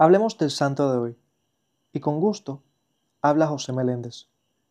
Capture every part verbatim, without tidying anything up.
Hablemos del santo de hoy, y con gusto habla José Meléndez.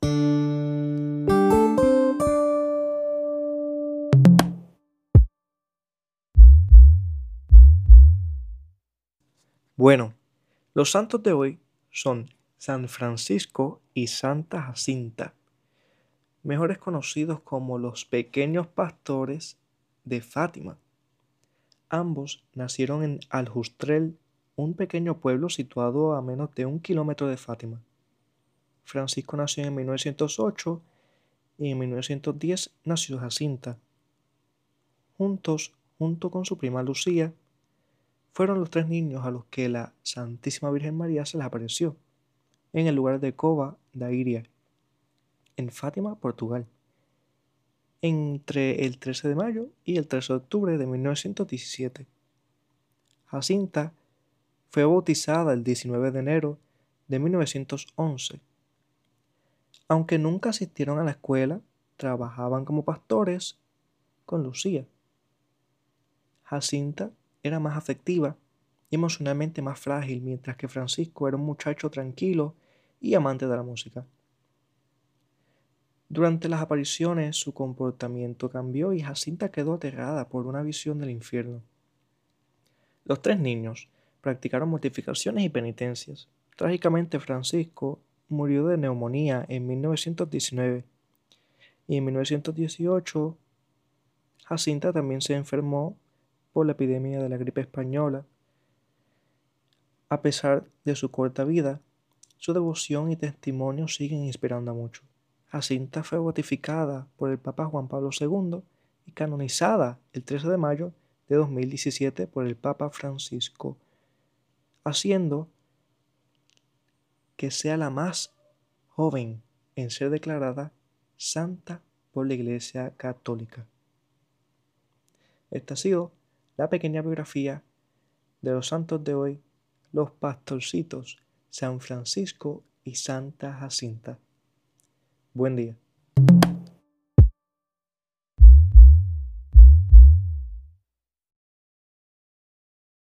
Bueno, los santos de hoy son San Francisco y Santa Jacinta, mejores conocidos como los pequeños pastores de Fátima. Ambos nacieron en Aljustrel, un pequeño pueblo situado a menos de un kilómetro de Fátima. Francisco nació en mil novecientos ocho y en mil novecientos diez nació Jacinta. Juntos, junto con su prima Lucía, fueron los tres niños a los que la Santísima Virgen María se les apareció en el lugar de Cova da Iria, en Fátima, Portugal, entre el trece de mayo y el trece de octubre de mil novecientos diecisiete. Jacinta fue bautizada el diecinueve de enero de mil novecientos once. Aunque nunca asistieron a la escuela, trabajaban como pastores con Lucía. Jacinta era más afectiva y emocionalmente más frágil, mientras que Francisco era un muchacho tranquilo y amante de la música. Durante las apariciones su comportamiento cambió y Jacinta quedó aterrada por una visión del infierno. Los tres niños practicaron mortificaciones y penitencias. Trágicamente, Francisco murió de neumonía en mil novecientos diecinueve y en mil novecientos dieciocho Jacinta también se enfermó por la epidemia de la gripe española. A pesar de su corta vida, su devoción y testimonio siguen inspirando a muchos. Jacinta fue beatificada por el Papa Juan Pablo segundo y canonizada el trece de mayo de dos mil diecisiete por el Papa Francisco, haciendo que sea la más joven en ser declarada santa por la Iglesia Católica. Esta ha sido la pequeña biografía de los santos de hoy, los pastorcitos San Francisco y Santa Jacinta. Buen día.